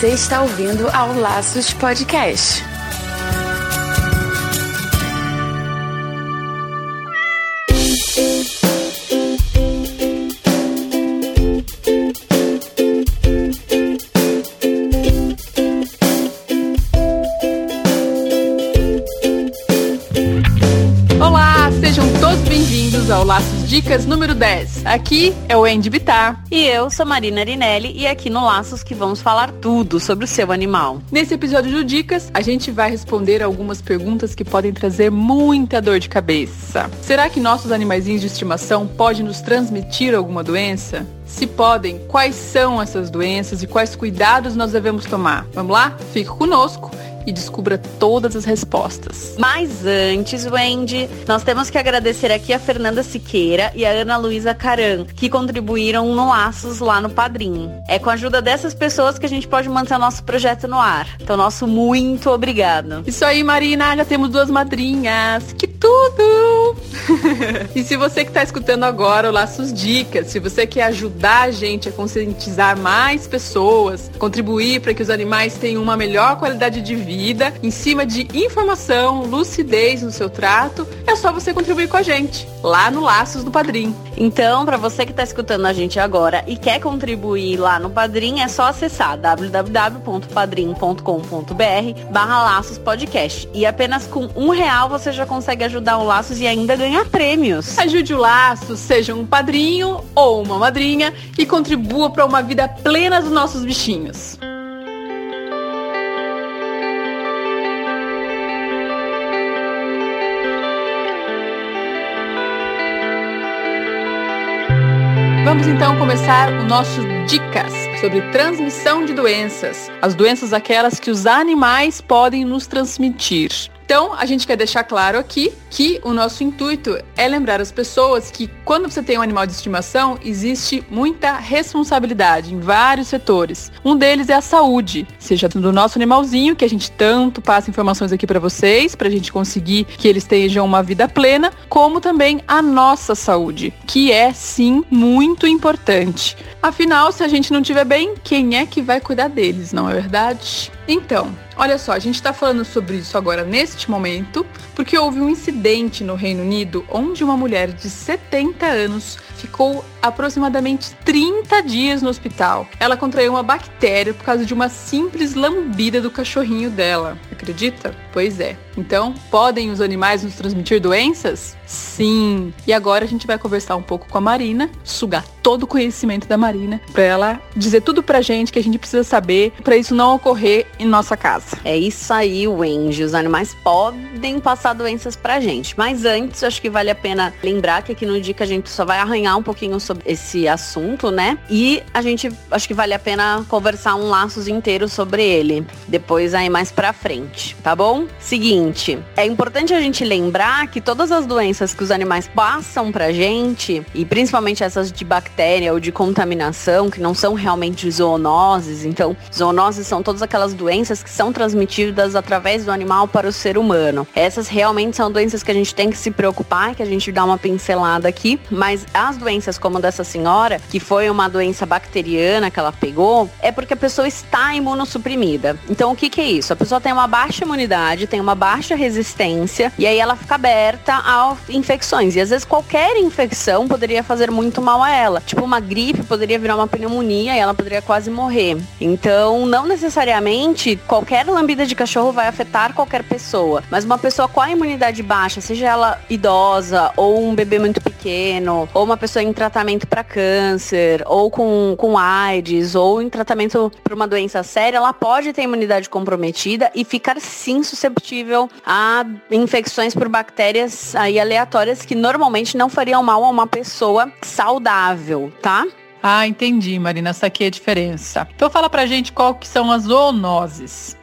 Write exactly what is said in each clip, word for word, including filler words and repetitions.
Você está ouvindo ao Laços Podcast. Olá, sejam todos bem-vindos ao Laços Dicas número dez. Aqui é o Andy Bittar. E eu sou Marina Arinelli e aqui no Laços que vamos falar tudo sobre o seu animal. Nesse episódio do Dicas, a gente vai responder algumas perguntas que podem trazer muita dor de cabeça. Será que nossos animaizinhos de estimação podem nos transmitir alguma doença? Se podem, quais são essas doenças e quais cuidados nós devemos tomar? Vamos lá? Fique conosco e descubra todas as respostas. Mas antes, Wendy, nós temos que agradecer aqui a Fernanda Siqueira e a Ana Luísa Caran, que contribuíram no Laços lá no Padrim. É com a ajuda dessas pessoas que a gente pode manter o nosso projeto no ar. Então, nosso muito obrigado. Isso aí, Marina, já temos duas madrinhas. Que tudo! E se você que está escutando agora o Laços Dicas, se você quer ajudar a gente a conscientizar mais pessoas, contribuir para que os animais tenham uma melhor qualidade de vida, Vida, em cima de informação, lucidez no seu trato, é só você contribuir com a gente, lá no Laços do Padrim. Então, para você que está escutando a gente agora e quer contribuir lá no Padrim, é só acessar w w w ponto padrim ponto com ponto b r barra Laços Podcast. E apenas com um real você já consegue ajudar o Laços e ainda ganhar prêmios. Ajude o Laços, seja um padrinho ou uma madrinha e contribua para uma vida plena dos nossos bichinhos. Vamos então começar o nosso Dicas sobre transmissão de doenças. As doenças aquelas que os animais podem nos transmitir. Então, a gente quer deixar claro aqui que o nosso intuito é lembrar as pessoas que quando você tem um animal de estimação, existe muita responsabilidade em vários setores. Um deles é a saúde, seja do nosso animalzinho, que a gente tanto passa informações aqui para vocês, para a gente conseguir que eles tenham uma vida plena, como também a nossa saúde, que é, sim, muito importante. Afinal, se a gente não estiver bem, quem é que vai cuidar deles, não é verdade? Então, olha só, a gente está falando sobre isso agora neste momento, porque houve um incidente no Reino Unido onde uma mulher de setenta anos ficou aproximadamente trinta dias no hospital. Ela contraiu uma bactéria por causa de uma simples lambida do cachorrinho dela. Acredita? Pois é. Então, podem os animais nos transmitir doenças? Sim. E agora a gente vai conversar um pouco com a Marina, sugar todo o conhecimento da Marina, para ela dizer tudo pra gente que a gente precisa saber, para isso não ocorrer em nossa casa. É isso aí, Wendy. Os animais podem passar doenças pra gente. Mas antes, acho que vale a pena lembrar que aqui no Dica a gente só vai arranhar um pouquinho sobre esse assunto, né? E a gente, acho que vale a pena conversar um Laços inteiro sobre ele. Depois aí mais pra frente, tá bom? Seguinte, é importante a gente lembrar que todas as doenças que os animais passam pra gente, e principalmente essas de bactéria ou de contaminação, que não são realmente zoonoses, então zoonoses são todas aquelas doenças que são transmitidas através do animal para o ser humano. Essas realmente são doenças que a gente tem que se preocupar, que a gente dá uma pincelada aqui, mas as doenças como dessa senhora, que foi uma doença bacteriana que ela pegou, é porque a pessoa está imunossuprimida. Então o que que é isso? A pessoa tem uma baixa imunidade, tem uma baixa resistência, e aí ela fica aberta a infecções, e às vezes qualquer infecção poderia fazer muito mal a ela, tipo uma gripe poderia virar uma pneumonia e ela poderia quase morrer. Então não necessariamente qualquer lambida de cachorro vai afetar qualquer pessoa, mas uma pessoa com a imunidade baixa, seja ela idosa ou um bebê muito pequeno, ou uma pessoa em tratamento para câncer, ou com, com AIDS, ou em tratamento para uma doença séria, ela pode ter imunidade comprometida e ficar sim susceptível a infecções por bactérias aí aleatórias que normalmente não fariam mal a uma pessoa saudável, tá? Ah, entendi, Marina, saquei a diferença. Então fala pra gente qual que são as zoonoses.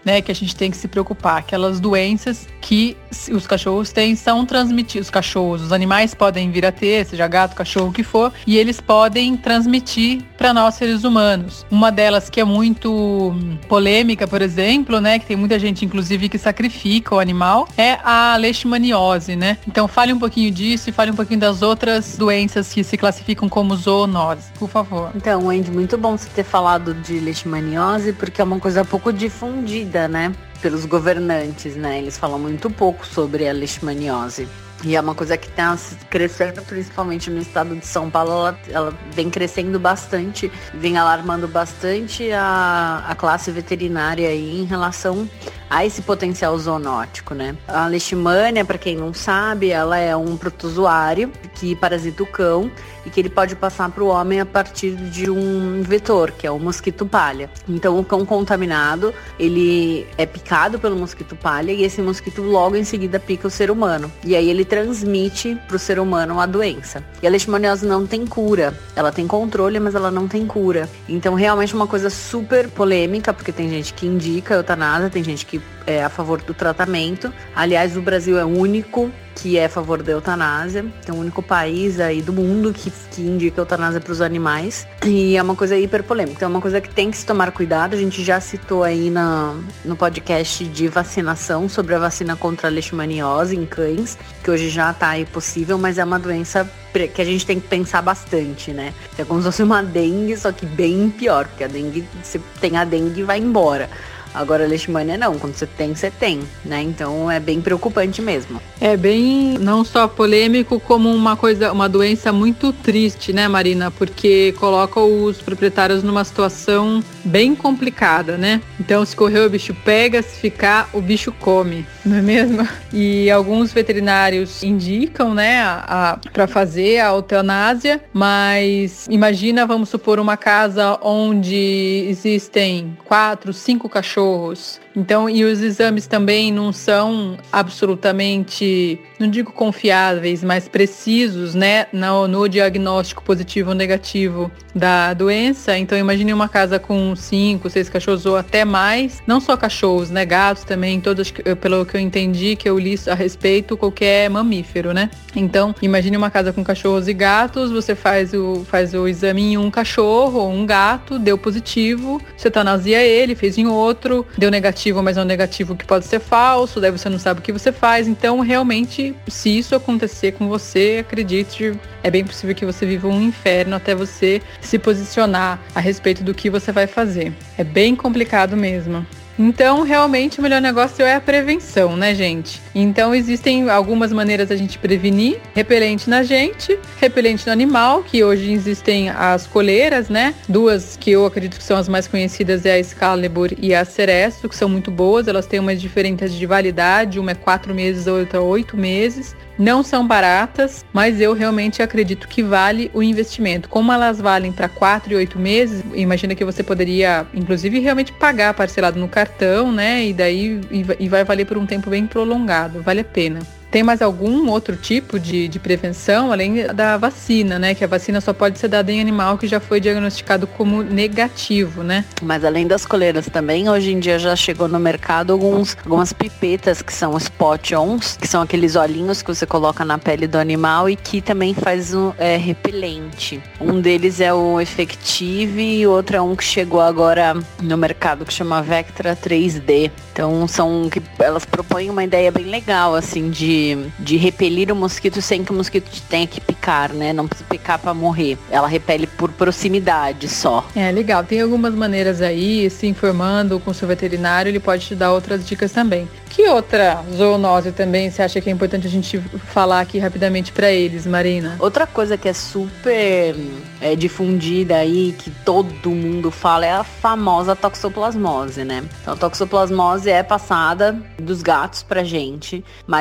né, que a gente tem que se preocupar. Aquelas doenças que os cachorros têm são transmitidos. Os cachorros, os animais podem vir a ter, seja gato, cachorro, o que for, e eles podem transmitir para nós seres humanos. Uma delas que é muito polêmica, por exemplo, né, que tem muita gente, inclusive, que sacrifica o animal, é a leishmaniose, né? Então, fale um pouquinho disso e fale um pouquinho das outras doenças que se classificam como zoonose, por favor. Então, Wendy, muito bom você ter falado de leishmaniose, porque é uma coisa pouco difundida, né, pelos governantes, né? Eles falam muito pouco sobre a leishmaniose. E é uma coisa que está crescendo, principalmente no estado de São Paulo. Ela, ela vem crescendo bastante, vem alarmando bastante a, a classe veterinária aí em relação a esse potencial zoonótico, né? A leishmania, para quem não sabe, ela é um protozoário que parasita o cão e que ele pode passar para o homem a partir de um vetor, que é o mosquito palha. Então, o cão contaminado, ele é picado pelo mosquito palha e esse mosquito logo em seguida pica o ser humano. E aí ele transmite para o ser humano a doença. E a leishmaniose não tem cura. Ela tem controle, mas ela não tem cura. Então, realmente é uma coisa super polêmica, porque tem gente que indica a eutanásia, tem gente que é a favor do tratamento. Aliás, o Brasil é o único que é a favor da eutanásia. É o único país aí do mundo que, que indica eutanásia para os animais. E é uma coisa hiper polêmica. Então é uma coisa que tem que se tomar cuidado. A gente já citou aí na, no podcast de vacinação sobre a vacina contra a leishmaniose em cães, que hoje já está aí possível, mas é uma doença que a gente tem que pensar bastante, né? É como se fosse uma dengue, só que bem pior, porque a dengue, você tem a dengue e vai embora. Agora, a leishmania não, quando você tem, você tem, né? Então é bem preocupante mesmo. É bem, não só polêmico, como uma coisa, uma doença muito triste, né, Marina? Porque coloca os proprietários numa situação bem complicada, né? Então, se correr o bicho pega, se ficar, o bicho come, não é mesmo? E alguns veterinários indicam, né, a, a, para fazer a eutanásia, mas imagina, vamos supor, uma casa onde existem quatro, cinco cachorros. Então, e os exames também não são absolutamente, não digo confiáveis, mas precisos, né, no, no diagnóstico positivo ou negativo da doença. Então, imagine uma casa com cinco, seis cachorros ou até mais, não só cachorros, né, gatos também, todos, pelo que eu entendi, que eu li a respeito, qualquer mamífero, né. Então, imagine uma casa com cachorros e gatos, você faz o, faz o exame em um cachorro ou um gato, deu positivo, você eutanasia ele, fez em outro, deu negativo, mas é um negativo que pode ser falso, daí você não sabe o que você faz. Então, realmente, se isso acontecer com você, acredite, é bem possível que você viva um inferno até você se posicionar a respeito do que você vai fazer. É bem complicado mesmo. Então, realmente, o melhor negócio é a prevenção, né, gente? Então, existem algumas maneiras da gente prevenir. Repelente na gente, repelente no animal, que hoje existem as coleiras, né? Duas que eu acredito que são as mais conhecidas é a Excalibur e a Seresto, que são muito boas. Elas têm umas diferenças de validade, uma é quatro meses, a outra oito meses. Não são baratas, mas eu realmente acredito que vale o investimento. Como elas valem para quatro e oito meses, imagina que você poderia, inclusive, realmente pagar parcelado no cartão, né? E daí e vai valer por um tempo bem prolongado. Vale a pena. Tem mais algum outro tipo de, de prevenção, além da vacina, né? Que a vacina só pode ser dada em animal que já foi diagnosticado como negativo, né? Mas além das coleiras também, hoje em dia já chegou no mercado alguns, algumas pipetas que são spot-ons, que são aqueles olhinhos que você coloca na pele do animal e que também faz um é, repelente. Um deles é o Effective e o outro é um que chegou agora no mercado que chama Vectra três D. Então são que elas propõem uma ideia bem legal, assim, de de repelir o mosquito sem que o mosquito tenha que picar, né? Não precisa picar para morrer. Ela repele por proximidade só. É, legal. Tem algumas maneiras aí, se informando com o seu veterinário, ele pode te dar outras dicas também. Que outra zoonose também você acha que é importante a gente falar aqui rapidamente para eles, Marina? Outra coisa que é super é, difundida aí, que todo mundo fala, é a famosa toxoplasmose, né? Então, a toxoplasmose é passada dos gatos pra gente, mas o gato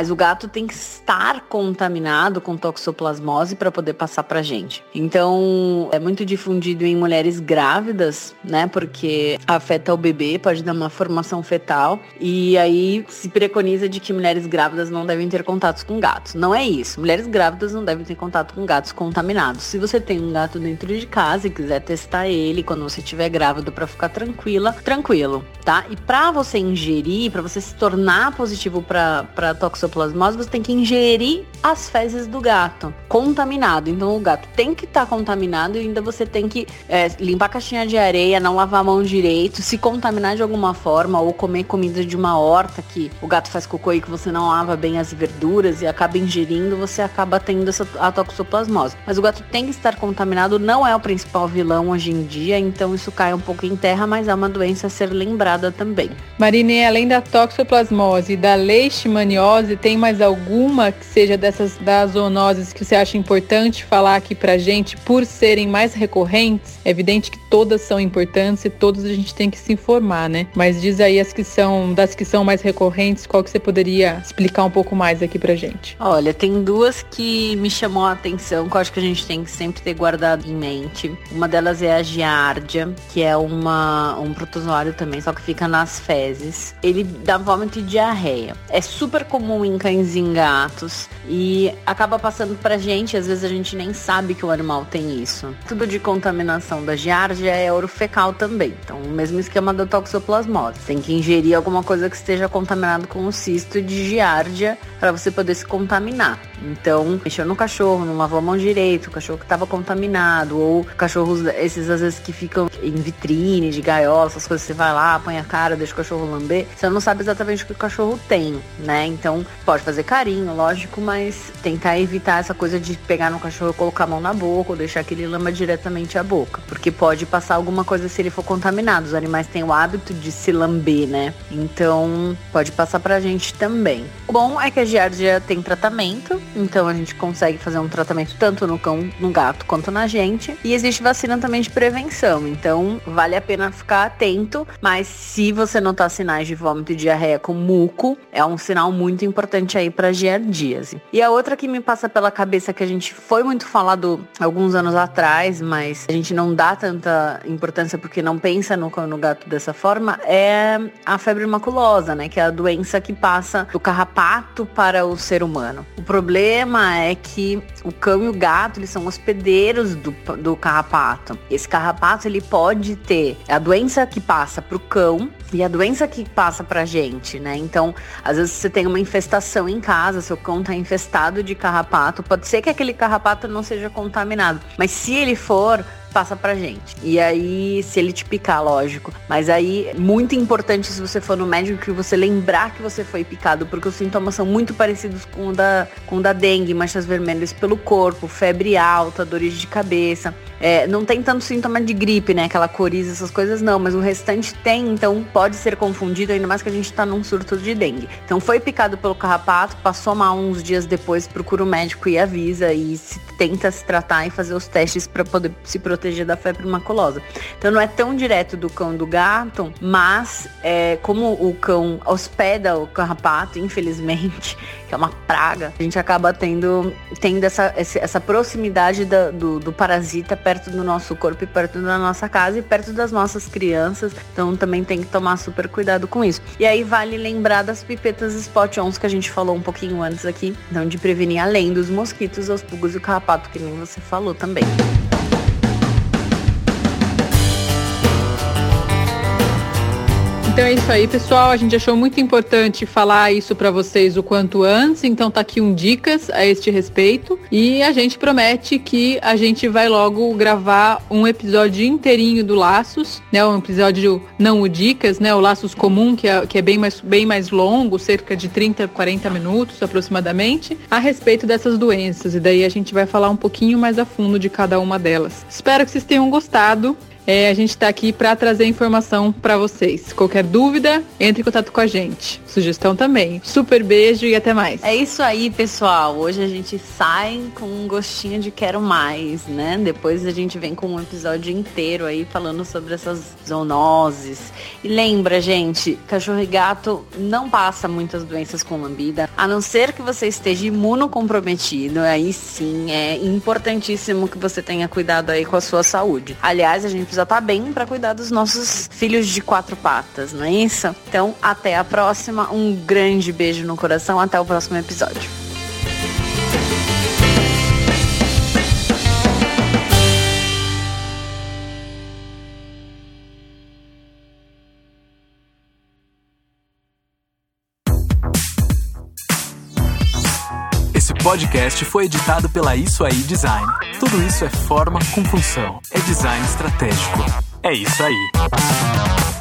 tem que estar contaminado com toxoplasmose para poder passar pra gente. Então, é muito difundido em mulheres grávidas, né? Porque afeta o bebê, pode dar uma formação fetal. E aí se preconiza de que mulheres grávidas não devem ter contatos com gatos. Não é isso. Mulheres grávidas não devem ter contato com gatos contaminados. Se você tem um gato dentro de casa e quiser testar ele quando você estiver grávida para ficar tranquila, tranquilo, tá? E para você ingerir, para você se tornar positivo para para toxoplasmose, você tem que ingerir as fezes do gato contaminado. Então o gato tem que estar tá contaminado e ainda você tem que é, limpar a caixinha de areia, não lavar a mão direito, se contaminar de alguma forma ou comer comida de uma horta que o gato faz cocô e que você não lava bem as verduras e acaba ingerindo, você acaba tendo essa a toxoplasmose. Mas o gato tem que estar contaminado, não é o principal vilão hoje em dia, então isso cai um pouco em terra, mas é uma doença a ser lembrada também. Marine, além da toxoplasmose e da leishmaniose, tem mais alguma que seja dessas das zoonoses que você acha importante falar aqui pra gente por serem mais recorrentes? É evidente que todas são importantes e todas a gente tem que se informar, né? Mas diz aí as que são, das que são mais recorrentes, qual que você poderia explicar um pouco mais aqui pra gente? Olha, tem duas que me chamou a atenção, que eu acho que a gente tem que sempre ter guardado em mente. Uma delas é a giardia, que é uma, um protozoário também, só que fica nas fezes. Ele dá vômito e diarreia. É super comum em cães e em gatos e acaba passando pra gente, às vezes a gente nem sabe que o animal tem isso. Tudo de contaminação da giardia é orofecal também, então o mesmo esquema da toxoplasmose. Tem que ingerir alguma coisa que esteja contaminado com o cisto de giardia para você poder se contaminar. Então, mexeu no cachorro, não lavou a mão direito, o cachorro que estava contaminado, ou cachorros esses às vezes que ficam em vitrine, de gaiola, essas coisas, você vai lá, põe a cara, deixa o cachorro lamber, você não sabe exatamente o que o cachorro tem, né? Então, pode fazer carinho, lógico, mas tentar evitar essa coisa de pegar no cachorro, colocar a mão na boca, ou deixar que ele lamba diretamente a boca, porque pode passar alguma coisa se ele for contaminado. Os animais têm o hábito de se lamber, né? Então, pode passar pra gente também. O bom é que a giardia tem tratamento, então a gente consegue fazer um tratamento tanto no cão, no gato, quanto na gente. E existe vacina também de prevenção, então vale a pena ficar atento. Mas se você notar sinais de vômito e diarreia com muco, é um sinal muito importante aí para giardíase. E a outra que me passa pela cabeça, que a gente foi muito falado alguns anos atrás, mas a gente não dá tanta importância porque não pensa no cão e no gato dessa forma, é a febre maculosa, né? Que é a doença que passa do carrapato para o ser humano. O problema é que o cão e o gato, eles são hospedeiros do, do carrapato. Esse carrapato, ele pode ter a doença que passa pro cão e a doença que passa pra gente, né? Então, às vezes você tem uma infestação em casa, seu cão tá infestado de carrapato, pode ser que aquele carrapato não seja contaminado, mas se ele for, passa pra gente. E aí, se ele te picar, lógico. Mas aí, muito importante se você for no médico, que você lembrar que você foi picado, porque os sintomas são muito parecidos com o da, com o da dengue, manchas vermelhas pelo corpo, febre alta, dores de cabeça. É, não tem tanto sintoma de gripe, né? Aquela coriza, essas coisas não, mas o restante tem, então pode ser confundido, ainda mais que a gente tá num surto de dengue. Então foi picado pelo carrapato, passou mal uns dias depois, procura o médico e avisa e se, tenta se tratar e fazer os testes para poder se proteger da febre maculosa. Então não é tão direto do cão e do gato, mas é, como o cão hospeda o carrapato, infelizmente, que é uma praga, a gente acaba tendo, tendo essa, essa proximidade da, do, do parasita perto do nosso corpo e perto da nossa casa e perto das nossas crianças. Então também tem que tomar super cuidado com isso. E aí vale lembrar das pipetas Spot-ons que a gente falou um pouquinho antes aqui. Então de prevenir além dos mosquitos, os pulgas e o carrapato, que nem você falou também. Então é isso aí, pessoal. A gente achou muito importante falar isso para vocês o quanto antes. Então tá aqui um dicas a este respeito. E a gente promete que a gente vai logo gravar um episódio inteirinho do Laços, né? Um episódio não o Dicas, né? O Laços comum, que é, que é bem, mais, bem mais longo, cerca de trinta, quarenta minutos aproximadamente, a respeito dessas doenças. E daí a gente vai falar um pouquinho mais a fundo de cada uma delas. Espero que vocês tenham gostado. É, a gente está aqui para trazer informação para vocês. Qualquer dúvida, entre em contato com a gente. Sugestão também. Super beijo e até mais. É isso aí, pessoal. Hoje a gente sai com um gostinho de quero mais, né? Depois a gente vem com um episódio inteiro aí falando sobre essas zoonoses. E lembra, gente, cachorro e gato não passa muitas doenças com lambida, a não ser que você esteja imunocomprometido. Aí sim, é importantíssimo que você tenha cuidado aí com a sua saúde. Aliás, a gente precisa estar bem para cuidar dos nossos filhos de quatro patas, não é isso? Então, até a próxima. Um grande beijo no coração. Até o próximo episódio. Esse podcast foi editado pela Isso Aí Design. Tudo isso é forma com função. É design estratégico. É isso aí.